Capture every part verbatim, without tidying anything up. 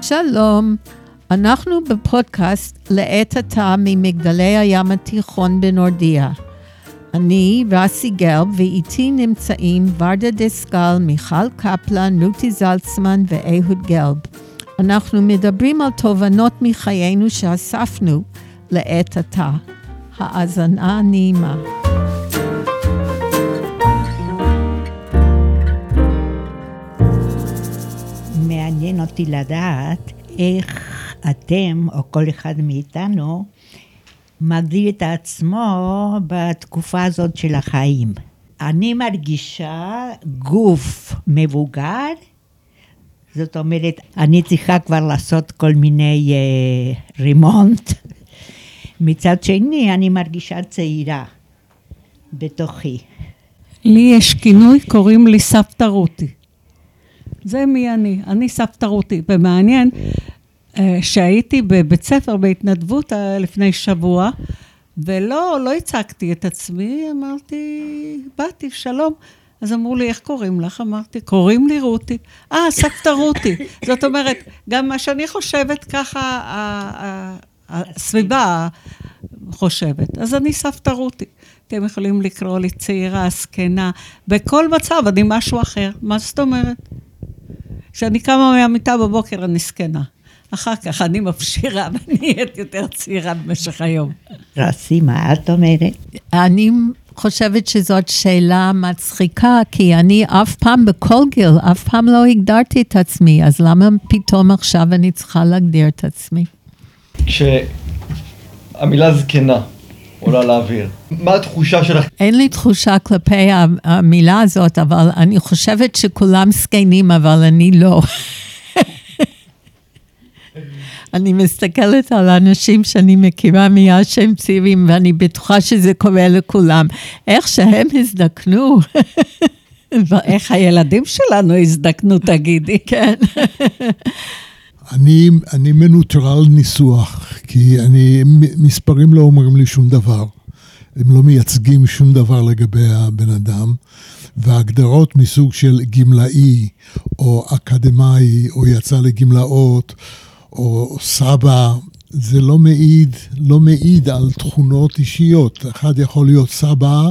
שלום, אנחנו בפודקאסט לעת עתה ממגדלי הים התיכון בנורדיה. אני רסי גלב ואיתי נמצאים ורדה דסקל, מיכל קפלן, רותי זלצמן ואהוד גלב. אנחנו מדברים על תובנות מחיינו שאספנו לעת עתה. האזנה נעימה. מעניין אותי לדעת איך אתם, או כל אחד מאיתנו, מגדיר את עצמו בתקופה הזאת של החיים. אני מרגישה גוף מבוגר, זאת אומרת, אני צריכה כבר לעשות כל מיני uh, רימונט. מצד שני, אני מרגישה צעירה בתוכי. לי יש כינוי, קוראים לי סבתא רותי. זה מי אני, אני סבתא רותי. ומעניין שהייתי בבית ספר בהתנדבות לפני שבוע, ולא לא הצגתי את עצמי, אמרתי, באתי, שלום. אז אמרו לי, איך קוראים לך? אמרתי, קוראים לי רותי. אה, סבתא רותי. זאת אומרת, גם מה שאני חושבת ככה, הסביבה חושבת. אז אני סבתא רותי. אתם יכולים לקרוא לי צעירה, סקנה, בכל מצב, אני משהו אחר. מה זאת אומרת? כשאני קמה מהמיטה בבוקר, אני סקנה. אחר כך אני מפשירה, ואני נהיית יותר צעירה במשך היום. רסי, מה את אומרת? אני חושבת שזאת שאלה מצחיקה, כי אני אף פעם בכל גיל, אף פעם לא הגדרתי את עצמי, אז למה פתאום עכשיו אני צריכה להגדיר את עצמי? כשהמילה זקנה עולה לאוויר, מה התחושה שלך? אין לי תחושה כלפי המילה הזאת, אבל אני חושבת שכולם זקנים, אבל אני לא. אני מסתכלת על האנשים שאני מכירה מאז שהם צעירים, ואני בטוחה שזה קורה לכולם. איך שהם הזדקנו. איך הילדים שלנו הזדקנו, תגידי. כן. אני, אני מנוטרל ניסוח, כי אני, מספרים לא אומרים לי שום דבר. הם לא מייצגים שום דבר לגבי הבן אדם, וההגדרות מסוג של גמלאי, או אקדמאי, או יצא לגמלאות, או סבא, זה לא מעיד, לא מעיד על תכונות אישיות. אחד יכול להיות סבא,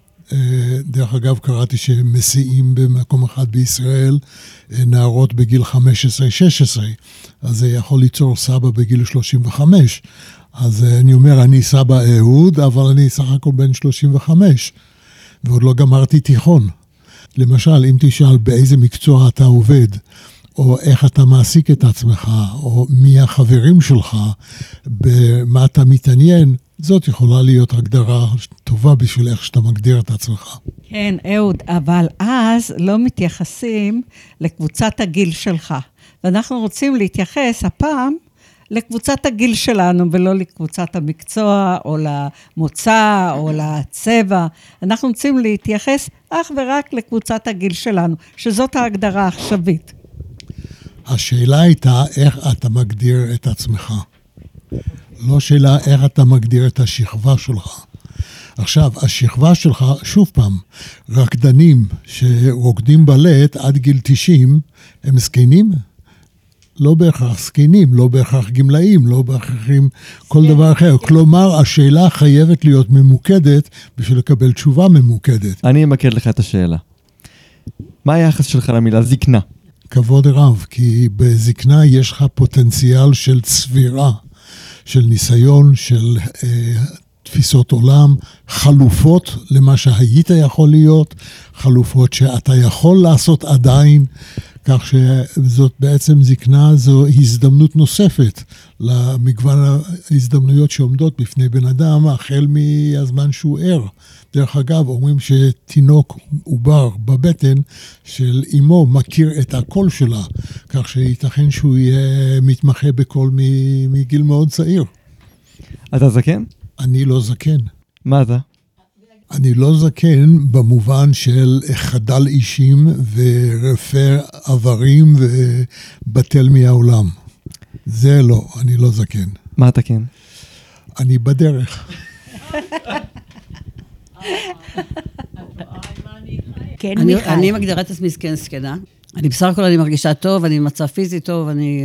דרך אגב קראתי שמסיעים במקום אחד בישראל, נערות בגיל חמש עשרה שש עשרה, אז זה יכול ליצור סבא בגיל שלושים וחמש. אז אני אומר, אני סבא אהוד, אבל אני סך הכל בן שלושים וחמש, ועוד לא גמרתי תיכון. למשל, אם תשאל באיזה מקצוע אתה עובד, או איך אתה מעסיק את עצמך, או מי החברים שלך, במה אתה מתעניין, זאת יכולה להיות הגדרה טובה בשביל איך שאתה מגדיר את עצמך. כן, אהוד, אבל אז לא מתייחסים לקבוצת הגיל שלך. ואנחנו רוצים להתייחס הפעם לקבוצת הגיל שלנו, ולא לקבוצת המקצוע, או למוצא, או לצבע. אנחנו רוצים להתייחס אך ורק לקבוצת הגיל שלנו, שזאת ההגדרה העכשווית. השאלה הייתה איך אתה מגדיר את עצמך. לא שאלה איך אתה מגדיר את השכבה שלך. עכשיו, השכבה שלך, שוב פעם, רקדנים שרוקדים בלט עד גיל תשעים, הם זקנים? לא בהכרח זקנים, לא בהכרח גמלאים, לא בהכרח כל דבר אחר. כלומר, השאלה חייבת להיות ממוקדת בשביל לקבל תשובה ממוקדת. אני אמקד לך את השאלה. מה היחס שלך למילה זקנה? כבוד רב, כי בזקנה יש לך פוטנציאל של צבירה, של ניסיון, של אה, תפיסות עולם, חלופות למה שהיית יכול להיות, חלופות שאתה יכול לעשות עדיין, כך שזאת בעצם זקנה, זו הזדמנות נוספת למגוון ההזדמנויות שעומדות בפני בן אדם, החל מהזמן שהוא ער. דרך אגב, אומרים שתינוק עובר בבטן של אמו מכיר את הקול שלה, כך שייתכן שהוא יהיה מתמחה בקול מגיל מאוד צעיר. אתה זקן? אני לא זקן. מה אתה? אני לא זקן במובן של חדל אישים ורפא עברים ובטל מהעולם. זה לא, אני לא זקן. מה אתה כן? אני בדרך. כן, אני, מיכל. אני מגדירה את עצמי זקן זקנה. אני בסך הכל אני מרגישה טוב, אני במצב פיזי טוב, אני...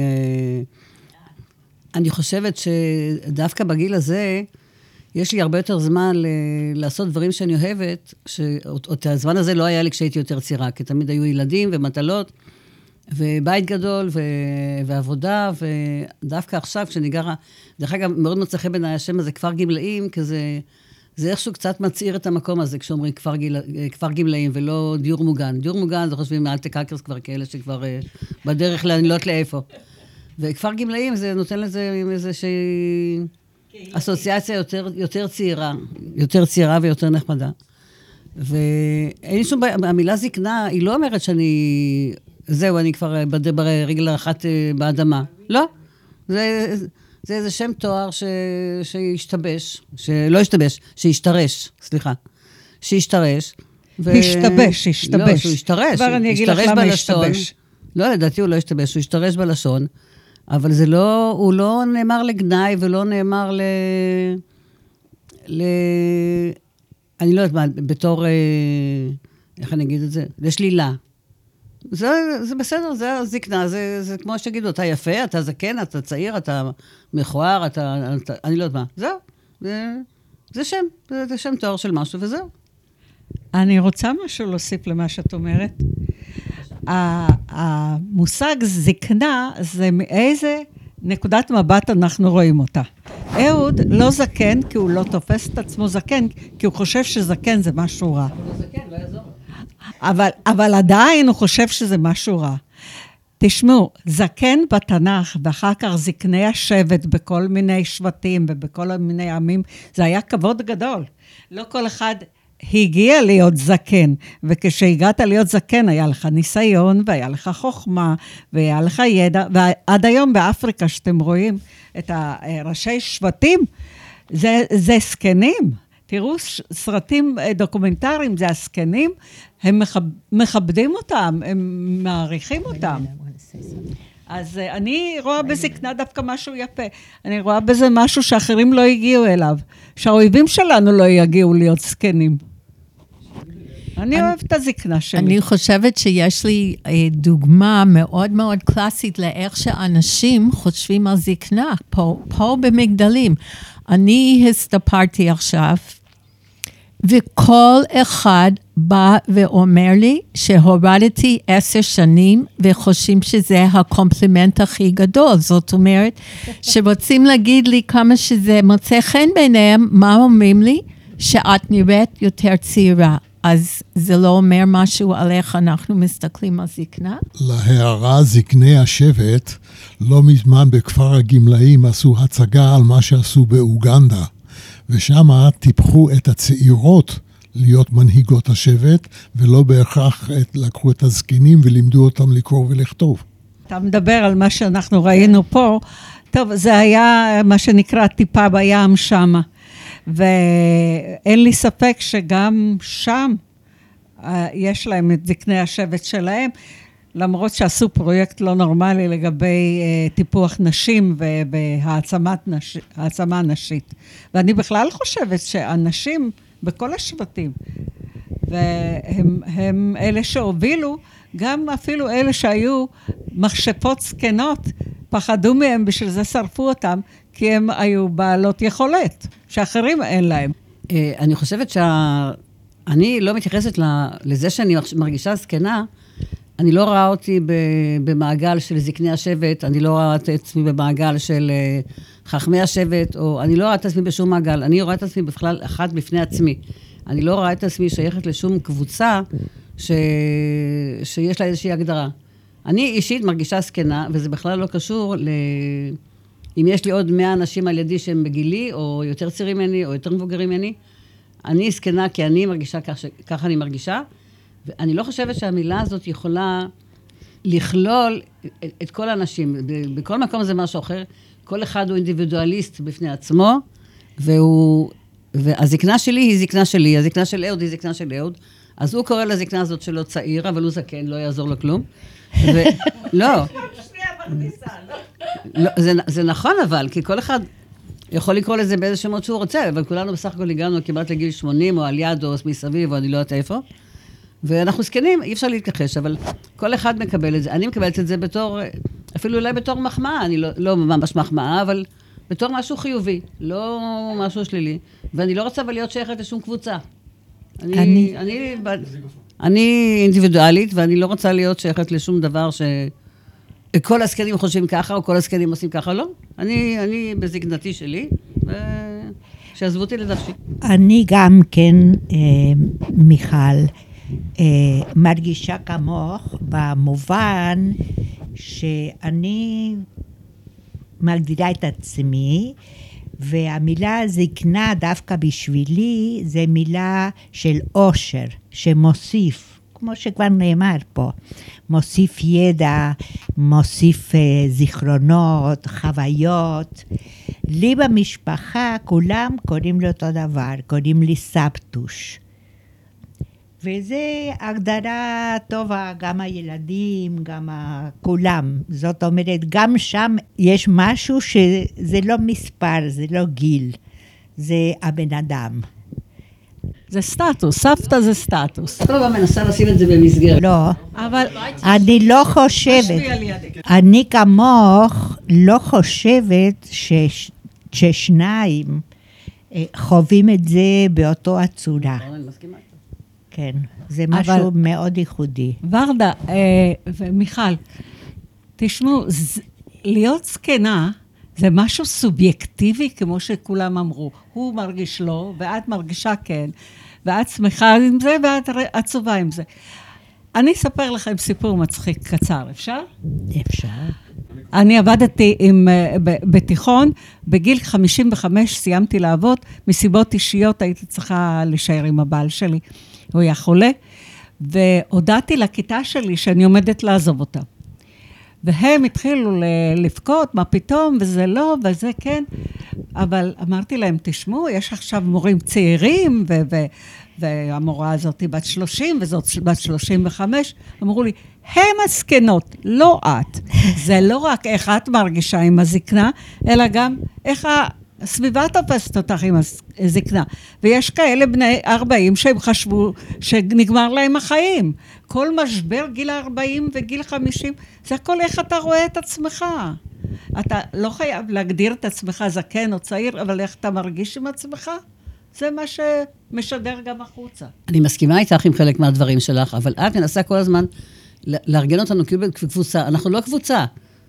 אני חושבת שדווקא בגיל הזה, יש לי הרבה יותר זמן ל- לעשות דברים שאני אוהבת, שאת הזמן הזה לא היה לי כשהייתי יותר צעירה, כי תמיד היו ילדים ומטלות, ובית גדול, ו- ועבודה, ודווקא עכשיו, כשאני גרה, דרך אגב, מאוד מצא חן בעיניי השם הזה, כפר גמלאים, כי זה, זה איכשהו קצת מצעיר את המקום הזה, כשאומרים כפר, גיל, כפר גמלאים, ולא דיור מוגן. דיור מוגן, זה חושבים מעל תקקרס כבר כאלה, שכבר uh, בדרך לעלות לאיפה. וכפר גמלאים, זה נותן לזה איזושהי אסוציאציה יותר, יותר צעירה, יותר צעירה ויותר נחמדה. ואין לי שום בעיה, המילה זקנה, היא לא אומרת שאני, זהו, אני כבר ברגל אחת באדמה. לא. זה, זה איזה שם תואר ש, שישתבש, שלא ישתבש, שישתרש, סליחה. שישתרש. ו... השתבש, השתבש. לא, שהוא ישתרש. כבר אני אגיד לך למה ישתבש. לא, לדעתי הוא לא ישתבש, הוא ישתרש בלשון. אבל זה לא, הוא לא נאמר לגנאי ולא נאמר ל... ל... אני לא יודעת מה, בתור, איך אני אגיד את זה? לשלילה. זה, זה בסדר, זה זקנה, זה, זה כמו שתגידו, אתה יפה, אתה זקן, אתה צעיר, אתה מכוער, אתה, אתה, אני לא יודעת מה. זהו, זה, זה שם, זה, זה שם תואר של משהו וזהו. אני רוצה משהו להוסיף למה שאת אומרת. המושג זקנה זה מאיזה נקודת מבט אנחנו רואים אותה. אהוד לא זקן כי הוא לא תופס את עצמו זקן, כי הוא חושב שזקן זה משהו רע. הוא לא זקן, לא יעזור. אבל, אבל עדיין הוא חושב שזה משהו רע. תשמעו, זקן בתנ"ך, ואחר כך זקני השבט בכל מיני שבטים ובכל מיני עמים, זה היה כבוד גדול. לא כל אחד הגיע להיות זקן, וכשהגעת להיות זקן, היה לך ניסיון, והיה לך חוכמה, והיה לך ידע, ועד היום באפריקה, שאתם רואים את הראשי שבטים, זה, זה זקנים. תראו, סרטים דוקומנטריים, זה הזקנים, הם מכב, מכבדים אותם, הם מעריכים אותם. אז אני רואה בזקנה דווקא משהו יפה. אני רואה בזה משהו שאחרים לא הגיעו אליו. שהאויבים שלנו לא יגיעו להיות זקנים. אני אוהבת את הזקנה שלי. אני חושבת שיש לי דוגמה מאוד מאוד קלאסית לאיך שאנשים חושבים על זקנה, פה, פה במגדלים. אני הסתפרתי עכשיו, וכל אחד בא ואומר לי שהורדתי עשר שנים, וחושבים שזה הקומפלימנט הכי גדול. זאת אומרת, שרוצים להגיד לי כמה שזה מוצא חן ביניהם, מה אומרים לי? שאת נראית יותר צעירה. אז זה לא אומר משהו על איך אנחנו מסתכלים על זקנה? להערה זקני השבט, לא מזמן בכפר הגמלאים עשו הצגה על מה שעשו באוגנדה, ושם טיפחו את הצעירות להיות מנהיגות השבט, ולא בהכרח לקחו את הזקנים ולימדו אותם לקרוא ולכתוב. אתה מדבר על מה שאנחנו ראינו פה, טוב, זה היה מה שנקרא טיפה בים שמה. ואין לי ספק שגם שם יש להם את זקני השבט שלהם, למרות שעשו פרויקט לא נורמלי לגבי טיפוח נשים ובהעצמה נשית. ואני בכלל חושבת שהנשים בכל השבטים, והם הם אלה שהובילו, גם אפילו אלה שהיו מכשפות זקנות, פחדו מהם, בשביל זה שרפו אותם, כי הם היו בעלות יכולת, שאחרים אין להם. אני חושבת שאני לא מתייחסת לזה שאני מרגישה זקנה, אני לא רואה אותי במעגל של זקני השבט, אני לא רואה את עצמי במעגל של חכמי השבט, או אני לא רואה את עצמי בשום מעגל, אני רואה את עצמי בכלל אחת בפני עצמי. אני לא רואה את עצמי שייכת לשום קבוצה ש... שיש לה איזושהי הגדרה. אני אישית מרגישה זקנה, וזה בכלל לא קשור ל... אם יש לי עוד מאה אנשים על ידי שהם בגילי, או יותר צעירים ממני, או יותר מבוגרים ממני, אני זקנה כי אני מרגישה כך ש... ככה אני מרגישה, ואני לא חושבת שהמילה הזאת יכולה לכלול את, את כל האנשים. בכל מקום זה משהו אחר. כל אחד הוא אינדיבידואליסט בפני עצמו, והוא... והזקנה שלי היא זקנה שלי, הזקנה של אהוד היא זקנה של אהוד, אז הוא קורא לזקנה הזאת שלו צעיר, אבל הוא זקן, לא יעזור לו כלום. ו... לא. לא, זה, זה נכון אבל, כי כל אחד יכול לקרוא לזה באיזה שמות שהוא רוצה, אבל כולנו בסך הכל הגענו כמעט לגיל שמונים, או על יד, או מסביב, או אני לא יודעת איפה. ואנחנו זקנים, אי אפשר להתכחש, אבל כל אחד מקבל את זה. אני מקבלת את זה בתור, אפילו אולי בתור מחמאה, אני לא, לא ממש מחמאה, אבל בתור משהו חיובי, לא משהו שלילי. ואני לא רוצה אבל להיות שייכת לשום קבוצה. אני, אני, אני, אני אינדיבידואלית, ואני לא רוצה להיות שייכת לשום דבר שכל הזקנים חושבים ככה, או כל הזקנים עושים ככה, לא. אני, אני בזקנתי שלי, שעזבו אותי לדפשי. אני גם כן, אה, מיכל, אה, מרגישה כמוך במובן שאני מגדירה את עצמי, והמילה זקנה דווקא בשבילי זה מילה של עושר, שמוסיף, כמו שכבר נאמר פה, מוסיף ידע, מוסיף uh, זיכרונות, חוויות. לי במשפחה כולם קוראים לי אותו דבר, קוראים לי סבתוש. וזה הגדרה טובה, גם הילדים, גם כולם. זאת אומרת, גם שם יש משהו שזה לא מספר, זה לא גיל, זה הבן אדם. זה סטטוס, סבתא זה סטטוס. כל הזמן מנסה לשים את זה במסגרת. לא, אבל אני לא חושבת, אני כמוך לא חושבת ש- ששניים אה, חווים את זה באותו הצורה. אני מסכימה איתך. כן, זה משהו אבל- מאוד ייחודי. ורדה אה, ומיכל, תשמעו, ז- להיות זקנה זה משהו סובייקטיבי, כמו שכולם אמרו. הוא מרגיש לא, ואת מרגישה כן, ואת שמחה עם זה, ואת ר- עצובה עם זה. אני אספר לכם סיפור מצחיק קצר, אפשר? אפשר. אני עבדתי עם, אה, ב- בתיכון, בגיל חמישים וחמש סיימתי לעבוד, מסיבות אישיות הייתי צריכה להישאר עם הבעל שלי, הוא היה חולה, והודעתי לכיתה שלי שאני עומדת לעזוב אותה. והם התחילו ל- לבכות, מה פתאום, וזה לא, וזה כן, אבל אמרתי להם, תשמעו, יש עכשיו מורים צעירים, ו- ו- והמורה הזאת היא בת שלושים, וזאת בת שלושים וחמש, אמרו לי, הם הזקנות, לא את. זה לא רק איך את מרגישה עם הזקנה, אלא גם איך הסביבה תופסת אותך עם הזקנה. ויש כאלה בני ארבעים שהם חשבו שנגמר להם החיים. כל משבר גיל ארבעים וגיל חמישים, זה הכל איך אתה רואה את עצמך. אתה לא חייב להגדיר את עצמך זקן או צעיר, אבל איך אתה מרגיש עם עצמך, זה מה שמשדר גם החוצה. אני מסכימה איתך עם חלק מהדברים שלך, אבל את מנסה כל הזמן לארגן אותנו כאילו כקבוצה. אנחנו לא קבוצה.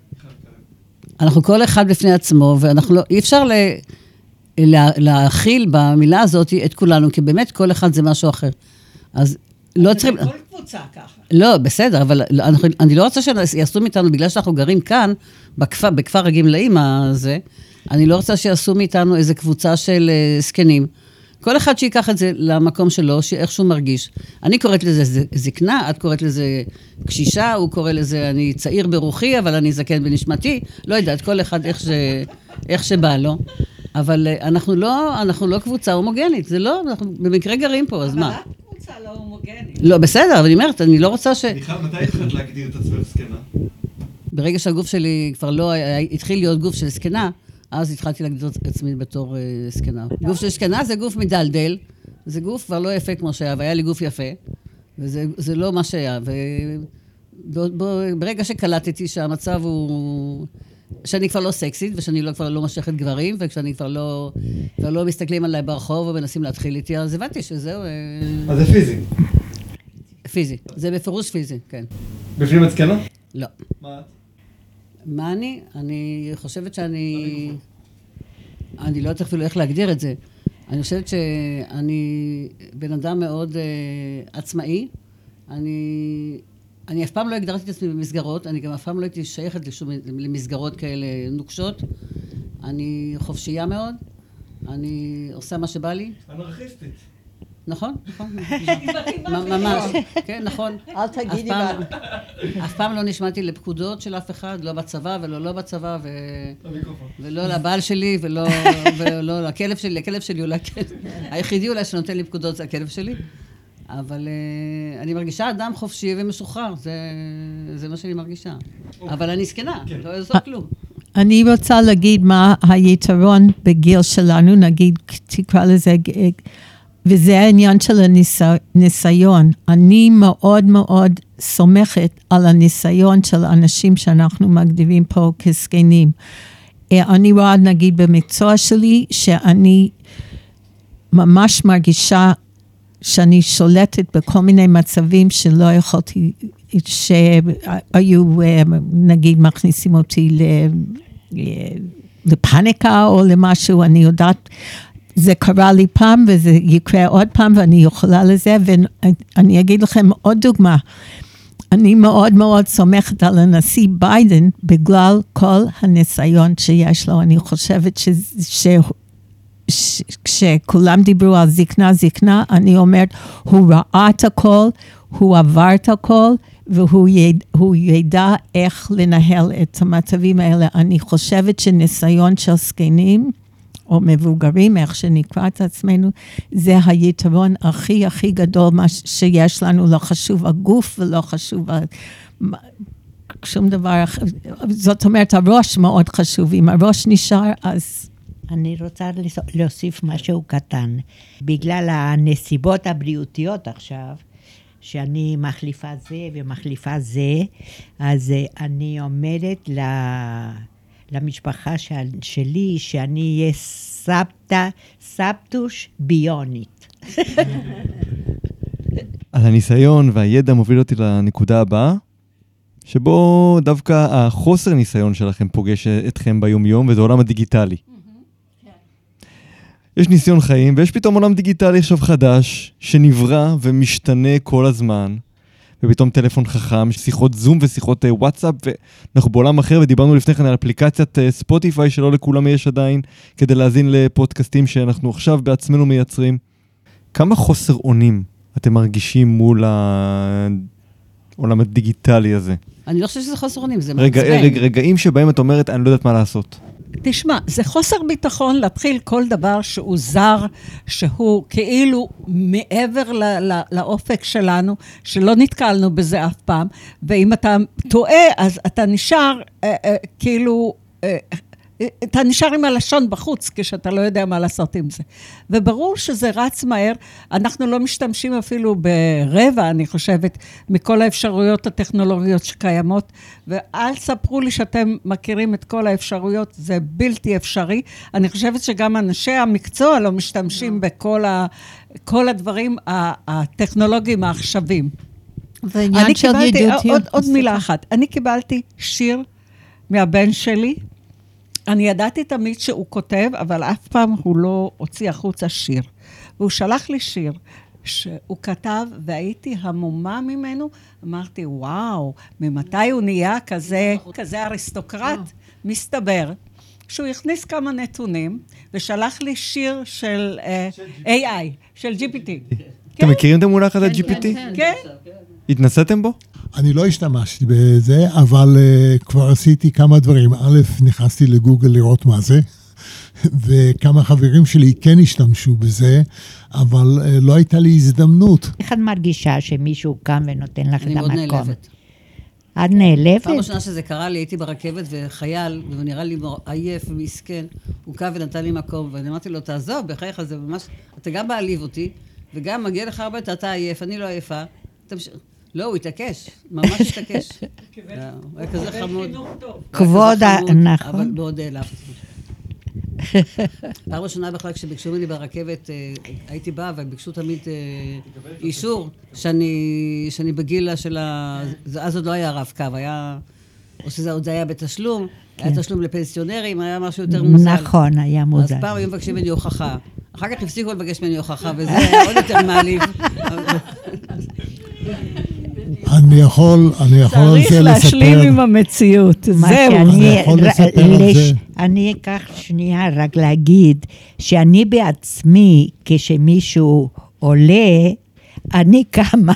אנחנו כל אחד בפני עצמו, ואנחנו לא, אי אפשר לה, לה, להכיל במילה הזאת את כולנו, כי באמת כל אחד זה משהו אחר. אז לא צריכים... כל קבוצה ככה. לא, בסדר, אבל אנחנו, אני לא רוצה שיעשו מאיתנו, בגלל שאנחנו גרים כאן, בכפר, בכפר הגמלאים הזה, אני לא רוצה שיעשו מאיתנו איזו קבוצה של uh, זקנים. כל אחד שיקח את זה למקום שלו, שאיך שהוא מרגיש. אני קוראת לזה זקנה, את קוראת לזה קשישה, הוא קורא לזה אני צעיר ברוחי, אבל אני זקן בנשמתי. לא יודעת, כל אחד איך, ש, איך שבא לו. אבל uh, אנחנו לא, אנחנו לא קבוצה הומוגנית, זה לא, אנחנו במקרה גרים פה, אז מה? אבל את קבוצה לא הומוגנית. לא, בסדר, אבל אני אומרת, אני לא רוצה ש... מיכל, מתי התחלת להגדיר את עצמך זקנה? ברגע שהגוף שלי כבר לא היה, התחיל להיות גוף של זקנה, אז התחלתי להגדיר את עצמי בתור uh, זקנה. גוף של זקנה זה גוף מדלדל, זה גוף כבר לא יפה כמו שהיה, והיה לי גוף יפה, וזה זה לא מה שהיה. וברגע שקלטתי שהמצב הוא... שאני כבר לא סקסית, ושאני לא, כבר לא משכת גברים, וכשאני כבר לא, כבר לא מסתכלים עליי ברחוב ומנסים להתחיל איתי, אז הבנתי שזהו... אז זה פיזי. פיזי. זה בפירוש פיזי, כן. בפנים את זקנה? לא. מה את? מה אני? אני חושבת שאני... אני לא יודעת אפילו איך להגדיר את זה. אני חושבת שאני בן אדם מאוד uh, עצמאי. אני... אני אף פעם לא הגדרתי את עצמי במסגרות, אני גם אף פעם לא הייתי שייכת לשום, למסגרות כאלה נוקשות. אני חופשייה מאוד, אני עושה מה שבא לי. אנרכיסטית. נכון, נכון. ממש, כן, נכון. אל תגידי מה. אף פעם לא נשמעתי לפקודות של אף אחד, לא בצבא ולא לא בצבא, ולא לבעל שלי ולא לכלב שלי, לכלב שלי אולי כן. היחידי אולי שנותן לי פקודות זה הכלב שלי. אבל אני מרגישה אדם חופשי ומשוחרר, זה מה שאני מרגישה. אבל אני זקנה, לא יעזור כלום. אני רוצה להגיד מה היתרון בגיל שלנו, נגיד, תקרא לזה וזה העניין של הניסיון. אני מאוד מאוד סומכת על הניסיון של אנשים שאנחנו מגדירים פה כסגנים. אני רואה, נגיד, במקצוע שלי, שאני ממש מרגישה שאני שולטת בכל מיני מצבים שלא יכולתי, שהיו, נגיד, מכניסים אותי לפאניקה או למשהו, אני יודעת, זה קרה לי פעם וזה יקרה עוד פעם ואני יכולה לזה, ואני אגיד לכם עוד דוגמה, אני מאוד מאוד סומכת על הנשיא ביידן, בגלל כל הניסיון שיש לו. אני חושבת ש... ש... ש... כשכולם דיברו על זקנה, זקנה, אני אומרת, הוא ראה את הכל, הוא עבר את הכל, והוא יד... הוא ידע איך לנהל את המצבים האלה. אני חושבת שניסיון של זקנים, או מבוגרים, איך שנקרא את עצמנו, זה היתרון הכי הכי גדול שיש לנו, לא חשוב הגוף ולא חשוב שום דבר אחר. זאת אומרת, הראש מאוד חשוב, אם הראש נשאר, אז... אני רוצה להוסיף משהו קטן. בגלל הנסיבות הבריאותיות עכשיו, שאני מחליפה זה ומחליפה זה, אז אני אומרת ל... למשפחה של, שלי, שאני אהיה סבתא, סבתוש ביונית. על הניסיון והידע מוביל אותי לנקודה הבאה, שבו דווקא החוסר ניסיון שלכם פוגש אתכם ביום יום, וזה עולם הדיגיטלי. יש ניסיון חיים, ויש פתאום עולם דיגיטלי עכשיו חדש, שנברא ומשתנה כל הזמן, ופתאום טלפון חכם, שיחות זום ושיחות וואטסאפ, ואנחנו בעולם אחר, ודיברנו לפני כן על אפליקציית ספוטיפיי, שלא לכולם יש עדיין, כדי להזין לפודקאסטים שאנחנו עכשיו בעצמנו מייצרים. כמה חוסר אונים אתם מרגישים מול העולם הדיגיטלי הזה? אני לא חושבת שזה חוסר אונים, זה רגע, מעצבן. רגע, רגעים שבהם את אומרת, אני לא יודעת מה לעשות. תשמע, זה חוסר ביטחון להתחיל כל דבר שהוא זר, שהוא כאילו מעבר ל- ל- לאופק שלנו, שלא נתקלנו בזה אף פעם, ואם אתה טועה, אז אתה נשאר אה, אה, כאילו... אה, אתה נשאר עם הלשון בחוץ, כשאתה לא יודע מה לעשות עם זה. וברור שזה רץ מהר, אנחנו לא משתמשים אפילו ברבע, אני חושבת, מכל האפשרויות הטכנולוגיות שקיימות, ואל ספרו לי שאתם מכירים את כל האפשרויות, זה בלתי אפשרי. אני חושבת שגם אנשי המקצוע לא משתמשים בכל ה, כל הדברים הטכנולוגיים העכשווים. אני קיבלתי, עוד, עוד מילה אחת, אני קיבלתי שיר מהבן שלי, אני ידעתי תמיד שהוא כותב, אבל אף פעם הוא לא הוציא החוצה שיר. והוא שלח לי שיר שהוא כתב, והייתי המומה ממנו. אמרתי, וואו, ממתי הוא נהיה כזה, כזה אריסטוקרט? מסתבר שהוא הכניס כמה נתונים, ושלח לי שיר של איי איי, של ג'י פי טי. אתם מכירים את המונח הזה ג'י פי טי? כן. התנסיתם בו? אני לא השתמשתי בזה, אבל uh, כבר עשיתי כמה דברים. א', נכנסתי לגוגל לראות מה זה, וכמה חברים שלי כן השתמשו בזה, אבל uh, לא הייתה לי הזדמנות. איך את מרגישה שמישהו קם ונותן לך את המקום? אני מאוד נעלבת. את נעלבת? פעם ראשונה שזה קרה לי, הייתי ברכבת וחייל, ונראה לי עייף ומסכן, הוא קם ונתן לי מקום, ואני אמרתי לו, תעזוב, בחייך, זה ממש, אתה גם מעליב אותי, וגם מגיע לך הרבה, אתה עייף, אני לא עייפה, לא, הוא התעקש, ממש התעקש. הוא היה כזה חמוד. כבוד, נכון. אבל מאוד העלבתי. פעם ראשונה בכלל, כשביקשו ממני ברכבת, הייתי באה וביקשו תמיד אישור, שאני בגיל של ה... אז עוד לא היה רב קו, היה... או שזה עוד היה בתשלום, היה תשלום לפנסיונרים, היה משהו יותר מוזל. נכון, היה מוזל. אז פעם היו מבקשים ממני הוכחה. אחר כך הפסיקו לבקש ממני הוכחה, וזה עוד יותר מעליב. אני יכול, אני יכול צריך להשלים עם המציאות, זהו. אני יכול לספר על זה. אני אקח שנייה רק להגיד, שאני בעצמי, כשמישהו עולה, אני קמה,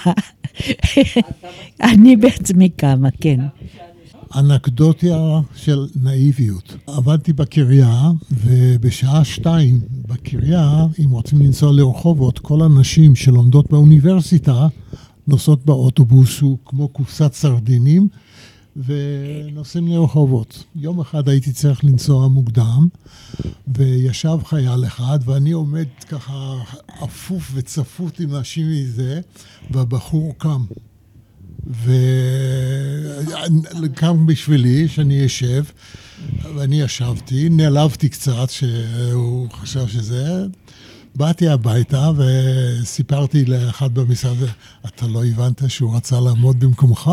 אני בעצמי קמה, כן. אנקדוטיה של נאיביות. עבדתי בקריה, ובשעה שתיים בקריה, אם רוצים לנסוע לרחובות, כל הנשים שלומדות באוניברסיטה, נוסעות באוטובוס, הוא כמו קופסת סרדינים, ונוסעים לרחובות. יום אחד הייתי צריך לנסוע מוקדם, וישב חייל אחד, ואני עומד ככה אפוף וצפות עם נשים מזה, והבחור קם. וקם בשבילי שאני אשב, ואני ישבתי, נעלבתי קצת שהוא חשב שזה, באתי הביתה וסיפרתי לאחד במשרד, אתה לא הבנת שהוא רצה לעמוד במקומך?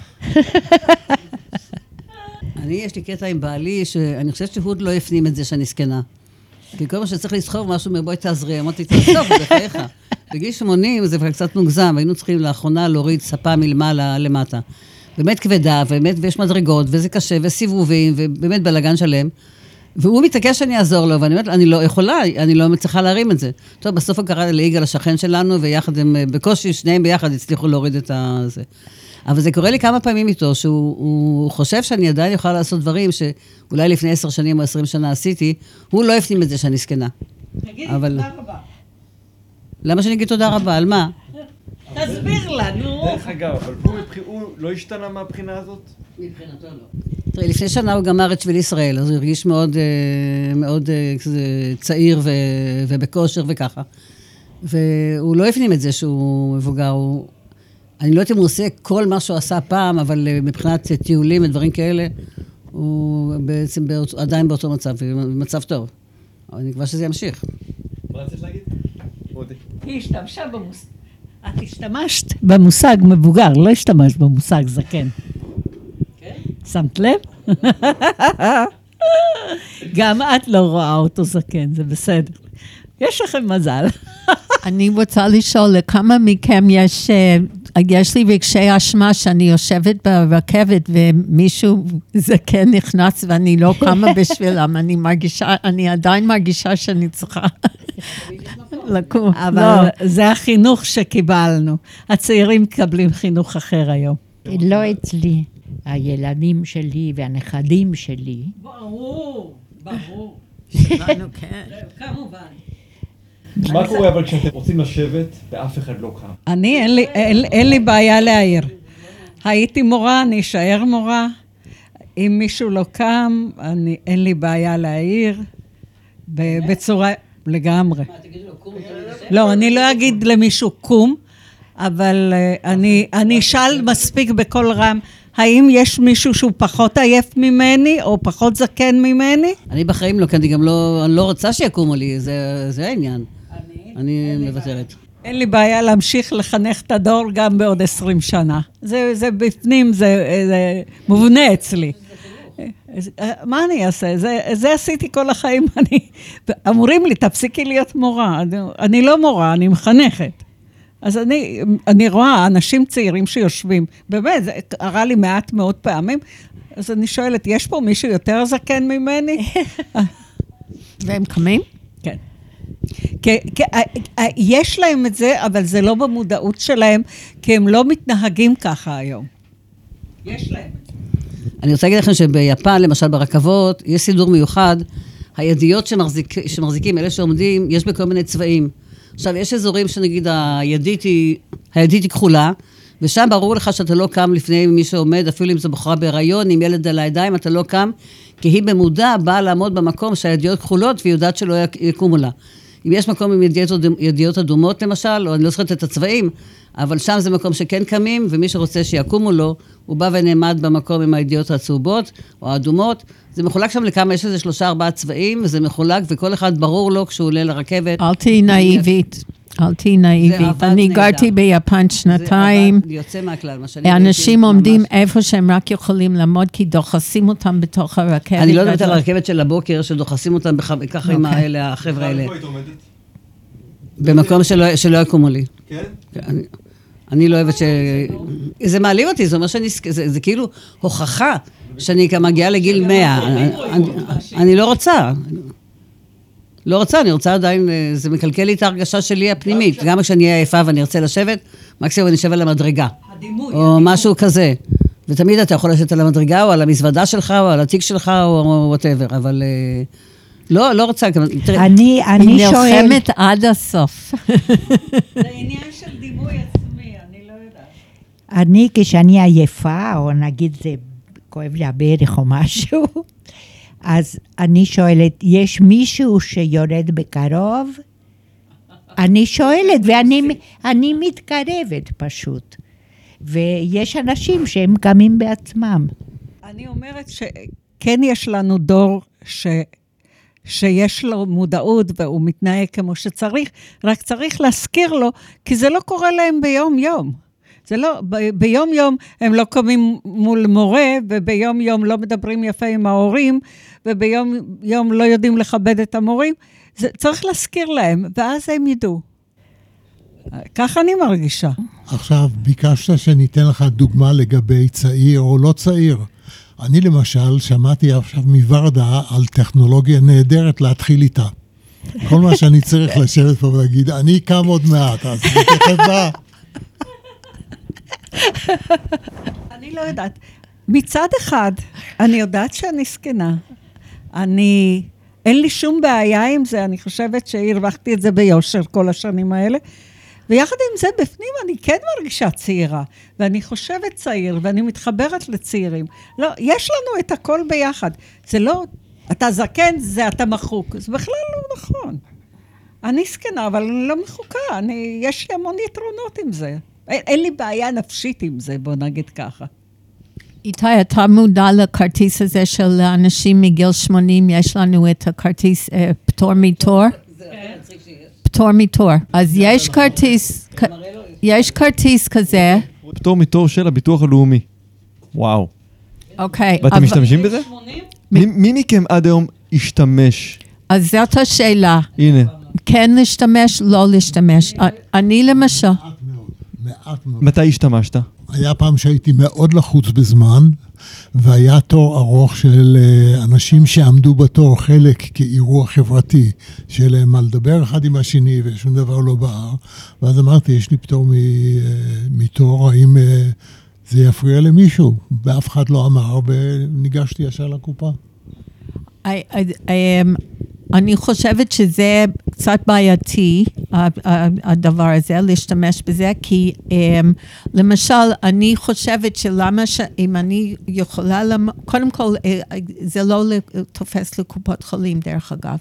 אני, יש לי קטע עם בעלי, שאני חושבת שהוא לא הפנים את זה שאני זקנה. כי כל מה שצריך לסחוב משהו, אומר, בואי תעזרי, אמרתי, תעזוב, בחייך. בגיל שמונים זה קצת מוגזם, היינו צריכים לאחרונה להוריד ספה מלמעלה למטה. באמת כבדה, ובאמת, ויש מדרגות, וזה קשה, וסיבובים, ובאמת בלגן שלם. והוא מתעקש שאני אעזור לו, ואני אומרת, אני לא יכולה, אני לא מצליחה להרים את זה. טוב, בסוף הוא קרא ליגאל השכן שלנו, ויחד הם, בקושי, שניהם ביחד הצליחו להוריד את זה. אבל זה קורה לי כמה פעמים איתו, שהוא חושב שאני עדיין יכולה לעשות דברים, שאולי לפני עשר שנים או עשרים שנה עשיתי, הוא לא הפנים את זה שאני זקנה. תגידי, אבל... תודה רבה. למה שאני אגיד תודה רבה? על מה? תסביר לנו. דרך אגב, אבל הוא, הוא לא השתנה מהבחינה הזאת? מבחינתו לא. תראי, לפני שנה הוא גמר את שביל ישראל, אז הוא הרגיש מאוד, מאוד צעיר ו, ובכושר וככה. והוא לא הפנים את זה שהוא מבוגר. הוא, אני לא יודעת אם הוא עושה כל מה שהוא עשה פעם, אבל מבחינת טיולים ודברים כאלה, הוא בעצם באות, עדיין באותו מצב, במצב טוב. אבל אני כבר שזה ימשיך. מה רצית להגיד? רודי. היא השתמשה במושג. את השתמשת במושג מבוגר, לא השתמשת במושג זקן. כן? שמת לב? גם את לא רואה אותו זקן, זה בסדר. יש לכם מזל. אני רוצה לשאול, לכמה מכם יש, יש לי רגשי אשמה שאני יושבת ברכבת ומישהו זקן נכנס ואני לא קמה בשבילם, אני מרגישה, אני עדיין מרגישה שאני צריכה לקום. אבל זה החינוך שקיבלנו. הצעירים מקבלים חינוך אחר היום. לא אצלי, הילדים שלי והנכדים שלי. ברור, ברור. שלנו כן. כמובן. מה קורה אבל כשאתם רוצים לשבת ואף אחד לא קם? אני, אין לי, אין, אין לי בעיה להעיר. הייתי מורה, אני אשאר מורה. אם מישהו לא קם, אני, אין לי בעיה להעיר. בצורה, לגמרי. לא, אני לא אגיד למישהו קום, אבל אני, אני אשאל מספיק בכל רם, האם יש מישהו שהוא פחות עייף ממני, או פחות זקן ממני? אני בחיים לא, כי אני גם לא, אני לא רוצה שיקומו לי, זה, זה העניין. אני מבטרת. אין לי בעיה להמשיך לחנך את הדור גם בעוד עשרים שנה. זה, זה בפנים, זה, זה מובנה אצלי. מה אני אעשה? זה, זה עשיתי כל החיים. אני, אמורים לי, תפסיקי להיות מורה. אני, אני לא מורה, אני מחנכת. אז אני, אני רואה אנשים צעירים שיושבים, באמת, זה קרה לי מעט מאוד פעמים, אז אני שואלת, יש פה מישהו יותר זקן ממני? והם קמים? כן. כי, כי, יש להם את זה, אבל זה לא במודעות שלהם, כי הם לא מתנהגים ככה היום. יש להם את זה. אני רוצה להגיד לכם שביפן, למשל ברכבות, יש סידור מיוחד, הידיות שמחזיק, שמחזיקים, אלה שעומדים, יש בכל מיני צבעים. עכשיו, יש אזורים שנגיד, הידית היא, הידית היא כחולה, ושם ברור לך שאתה לא קם לפני מי שעומד, אפילו אם זו בחורה בהיריון, עם ילד על הידיים, אתה לא קם, כי היא במודע באה לעמוד במקום שהידיות כחולות, והיא יודעת שלא יקומו לה. אם יש מקום עם ידיות, ידיות אדומות למשל, או אני לא זוכרת את הצבעים, אבל שם זה מקום שכן קמים, ומי שרוצה שיקומו לו, הוא בא ונעמד במקום עם הידיות הצהובות, או האדומות. זה מחולק שם לכמה, יש איזה שלושה, ארבעה צבעים, וזה מחולק, וכל אחד ברור לו כשהוא עולה לרכבת. אל תהי נאיבית, אל תהי נאיבית. אני גרתי ביפן שנתיים. זה יוצא מהכלל, מה שאני... אנשים עומדים איפה שהם רק יכולים לעמוד, כי דוחסים אותם בתוך הרכבת. אני לא יודעת על הרכבת של הבוקר, שדוחסים אותם ככה עם האלה, החבר'ה האלה. איפה היית עומדת? במקום שלא יקומו לי. כן? אני לא אוהבת ש... זה מעליב אותי, זה אומר שאני... זה כאילו הוכחה שאני מגיעה לגיל מאה. אני לא רוצה. לא רוצה, אני רוצה עדיין... זה מקלקל לי את ההרגשה שלי הפנימית. גם כשאני אהיה עייפה ואני ארצה לשבת, מקסימום אני אשב על המדרגה. או משהו כזה. ותמיד אתה יכול לשבת על המדרגה, או על המזוודה שלך, או על התיק שלך, או whatever. אבל... לא, לא רוצה. אני, אני שואל... היא נלחמת עד הסוף. זה עניין של דימוי עצמי, אני לא יודעת. אני, כשאני עייפה, או נגיד זה כואב לי הברך או משהו, אז אני שואלת, יש מישהו שיורד בקרוב? אני שואלת, ואני אני מתקרבת פשוט. ויש אנשים שהם קמים בעצמם. אני אומרת שכן יש לנו דור ש... שיש לו מודעות והוא מתנהג כמו שצריך, רק צריך להזכיר לו, כי זה לא קורה להם ביום יום. זה לא, ב- ביום יום הם לא קמים מול מורה, וביום יום לא מדברים יפה עם ההורים, וביום יום לא יודעים לכבד את המורים. זה צריך להזכיר להם, ואז הם ידעו. ככה אני מרגישה. עכשיו, ביקשת שניתן לך דוגמה לגבי צעיר או לא צעיר. אני למשל שמעתי עכשיו מוורדה על טכנולוגיה נהדרת להתחיל איתה. כל מה שאני צריך לשבת פה ולהגיד, אני קם עוד מעט, אז תכף בא. אני לא יודעת. מצד אחד, אני יודעת שאני סכנה. אני, אין לי שום בעיה עם זה, אני חושבת שהרווחתי את זה ביושר כל השנים האלה. ויחד עם זה, בפנים אני כן מרגישה צעירה, ואני חושבת צעיר, ואני מתחברת לצעירים. לא, יש לנו את הכל ביחד. זה לא, אתה זקן, זה אתה מחוק. זה בכלל לא נכון. אני סכנה, אבל אני לא מחוקה. אני, יש לי המון יתרונות עם זה. אין, אין לי בעיה נפשית עם זה, בוא נגיד ככה. איתי, אתה מודע לכרטיס הזה של אנשים מגיל שמונים, יש לנו את הכרטיס אה, פטור מתור? פטור מתור. אז יש כרטיס, יש כרטיס כזה. פטור מתור של הביטוח הלאומי. וואו. אוקיי. ואתם משתמשים בזה? מי, מי מכם עד היום השתמש? אז זאת השאלה. הנה. כן להשתמש, לא להשתמש. אני למשל. מעט מאוד, מעט מאוד. מתי השתמשת? היה פעם שהייתי מאוד לחוץ בזמן, והיה תור ארוך של אנשים שעמדו בתור, חלק כאירוע חברתי, שיהיה להם מה לדבר אחד עם השני, ושום דבר לא בער. ואז אמרתי, יש לי פטור מתור, האם זה יפריע למישהו? ואף אחד לא אמר, וניגשתי ישר לקופה. אני חושבת שזה קצת בעייתי, הדבר הזה, להשתמש בזה, כי למשל, אני חושבת שלמה אם אני יכולה, קודם כל, זה לא תופס לקופות חולים, דרך אגב.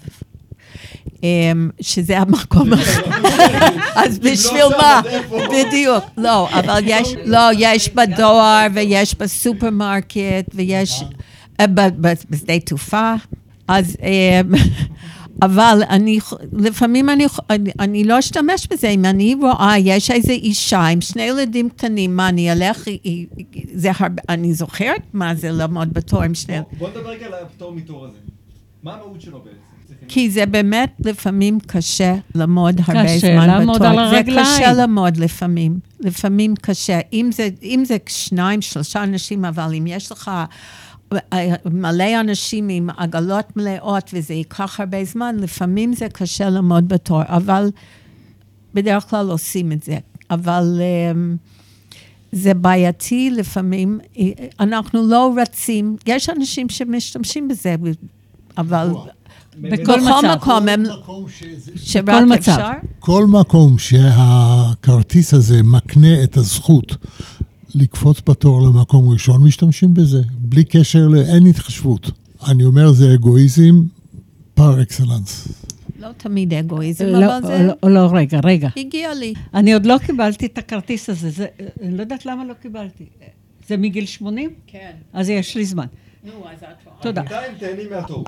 שזה המקום אז בשביל מה? בדיוק. לא, אבל יש, לא, יש בדואר, ויש בסופרמרקט, ויש בשדה תעופה. אז, אבל אני, לפעמים אני, אני, אני לא אשתמש בזה, אם אני רואה, יש איזו אישה עם שני ילדים קטנים, מה אני אלך, זה הרבה, אני זוכרת מה זה לעמוד בתור עם שני... בוא נדבר רגע על הפטור מתור הזה. מה המהות שלו בעצם? כי זה באמת לפעמים קשה לעמוד הרבה קשה, זמן בתור. לעמוד על הרגליים. זה קשה לעמוד לפעמים, לפעמים קשה. אם זה, אם זה שניים, שלושה אנשים, אבל אם יש לך מלא אנשים עם עגלות מלאות, וזה ייקח הרבה זמן, לפעמים זה קשה לעמוד בתור, אבל בדרך כלל עושים את זה. אבל זה בעייתי לפעמים, אנחנו לא רצים, יש אנשים שמשתמשים בזה, אבל בכל מקום הם... שרק אפשר? כל מקום שהכרטיס הזה מקנה את הזכות לקפוץ בתור למקום ראשון, משתמשים בזה, בלי קשר לאין התחשבות. אני אומר, זה אגואיזם פר אקסלנס. לא תמיד אגואיזם, לא, אבל זה... לא, לא, רגע, רגע. הגיע לי. אני עוד לא קיבלתי את הכרטיס הזה, זה, אני לא יודעת למה לא קיבלתי. זה מגיל שמונים? כן. אז יש לי זמן. נו, אז את... תודה. בינתיים תהני מהתור.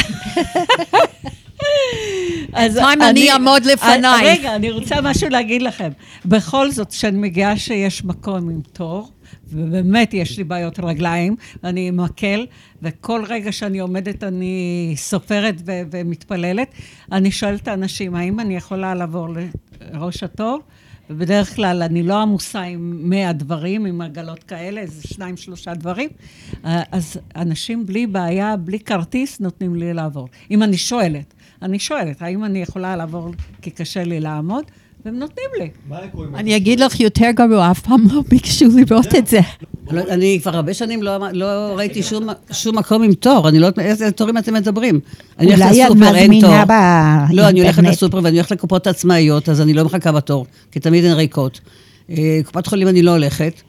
אז אני אעמוד לפנייך. רגע, אני רוצה משהו להגיד לכם. בכל זאת, שאני מגיעה שיש מקום עם תור, ובאמת יש לי בעיות רגליים, אני מקל, וכל רגע שאני עומדת אני סופרת ו- ומתפללת, אני שואלת האנשים, האם אני יכולה לעבור לראש התור? ובדרך כלל אני לא עמוסה עם מאה דברים, עם עגלות כאלה, איזה שניים, שלושה דברים. אז אנשים בלי בעיה, בלי כרטיס, נותנים לי לעבור. אם אני שואלת, אני שואלת, האם אני יכולה לעבור כי קשה לי לעמוד? והם נותנים לי. אני אגיד לך יותר גרוע, אף פעם לא ביקשו לראות את זה. אני כבר הרבה שנים לא ראיתי שום מקום עם תור, אני לא יודעת איזה תורים אתם מדברים. אני הולכת לסופר, אין תור. לא, אני הולכת לסופר ואני הולכת לקופות עצמאיות, אז אני לא מחכה בתור, כי תמיד הן ריקות. קופת חולים אני לא הולכת.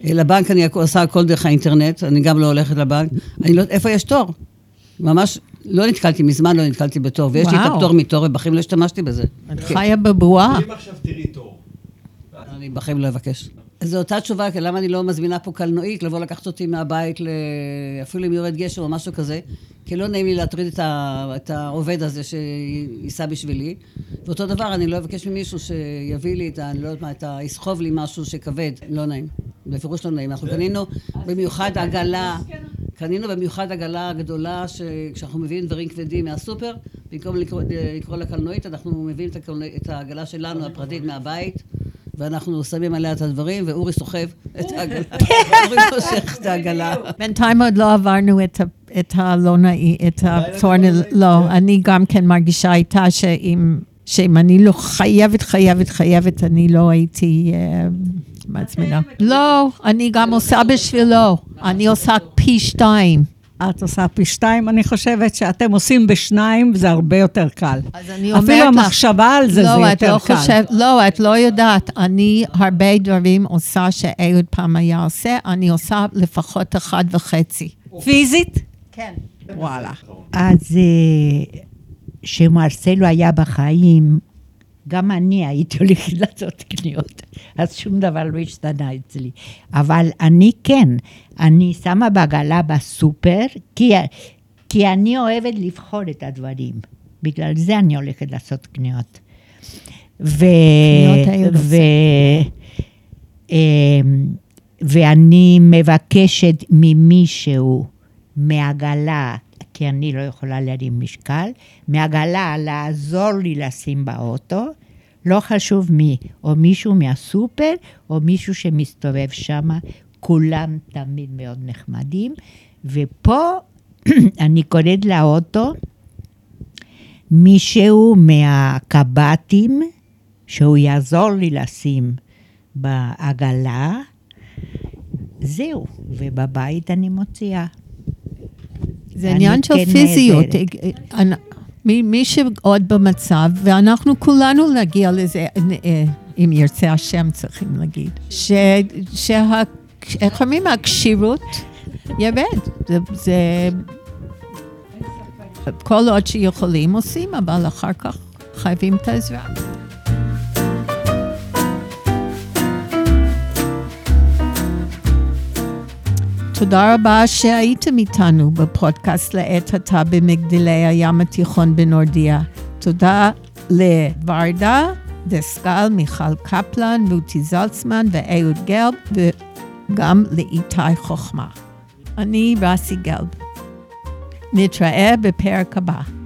לבנק אני עושה הכל דרך האינטרנט, אני גם לא הולכת לבנק. אני לא, איפה יש תור? ממש לא נתקלתי, מזמן לא נתקלתי בתור, ויש לי את הפטור מתור, ובחיים לא השתמשתי בזה. חיה בבועה. אם עכשיו תראי תור. אני בחיים לא אבקש. זו אותה תשובה, כי למה אני לא מזמינה פה קלנועית, לבוא לקחת אותי מהבית, אפילו אם יורד גשם או משהו כזה, כי לא נעים לי להטריד את, ה... את העובד הזה שייסע בשבילי. ואותו דבר, אני לא אבקש ממישהו שיביא לי את ה... אני לא יודעת מה, את ה... יסחוב לי משהו שכבד. לא נעים. בפירוש לא נעים. אנחנו קנינו במיוחד עגלה, קנינו במיוחד עגלה גדולה, שכשאנחנו מביאים דברים כבדים מהסופר, במקום לקרוא, לקרוא לקלנועית, אנחנו מביאים את, הקלנוע... את העגלה שלנו, הפרטית מהבית, ואנחנו שמים עליה את הדברים, ואורי סוחב את העגלה. אורי מושך את העגלה. בינתיים עוד לא עברנו את הלא נאי, את הפטור, לא, אני גם כן מרגישה איתה שאם אני לא חייבת, חייבת, חייבת, אני לא הייתי מזמינה. לא, אני גם עושה בשבילו, אני עושה פי שתיים. את עושה פי שתיים, אני חושבת שאתם עושים בשניים, וזה הרבה יותר קל. אז אני אומרת לך... אפילו המחשבה על זה, לא, זה יותר לא קל. חושב, לא, את לא יודעת. אני הרבה דברים עושה שאהוד פעם היה עושה, אני עושה לפחות אחד וחצי. פיזית? כן. וואלה. אז שמרסלו היה בחיים, גם אני הייתי הולכת לעשות קניות, אז שום דבר לא השתנה אצלי. אבל אני כן, אני שמה בעגלה בסופר, כי, כי אני אוהבת לבחור את הדברים. בגלל זה אני הולכת לעשות קניות. ו, ו, ו, ואני מבקשת ממישהו מעגלה, כי אני לא יכולה להרים משקל, מעגלה לעזור לי לשים באוטו, לא חשוב מי, או מישהו מהסופר, או מישהו שמסתובב שם, כולם תמיד מאוד נחמדים, ופה אני קוראת לאוטו, מישהו מהקבטים, שהוא יעזור לי לשים בעגלה, זהו, ובבית אני מוציאה. זה עניין של פיזיות. מי שעוד במצב, ואנחנו כולנו נגיע לזה, אם ירצה השם צריכים להגיד, איך אומרים, הקשירות ירד. זה כל עוד שיכולים עושים, אבל אחר כך חייבים את העזרה. תודה רבה שהייתם איתנו בפודקאסט לעת עתה במגדלי הים התיכון בנורדיה. תודה לוורדה, דסקל, מיכל קפלן, רותי זלצמן ואהוד גלב, וגם לאיתי חוכמה. אני רסי גלב. נתראה בפרק הבא.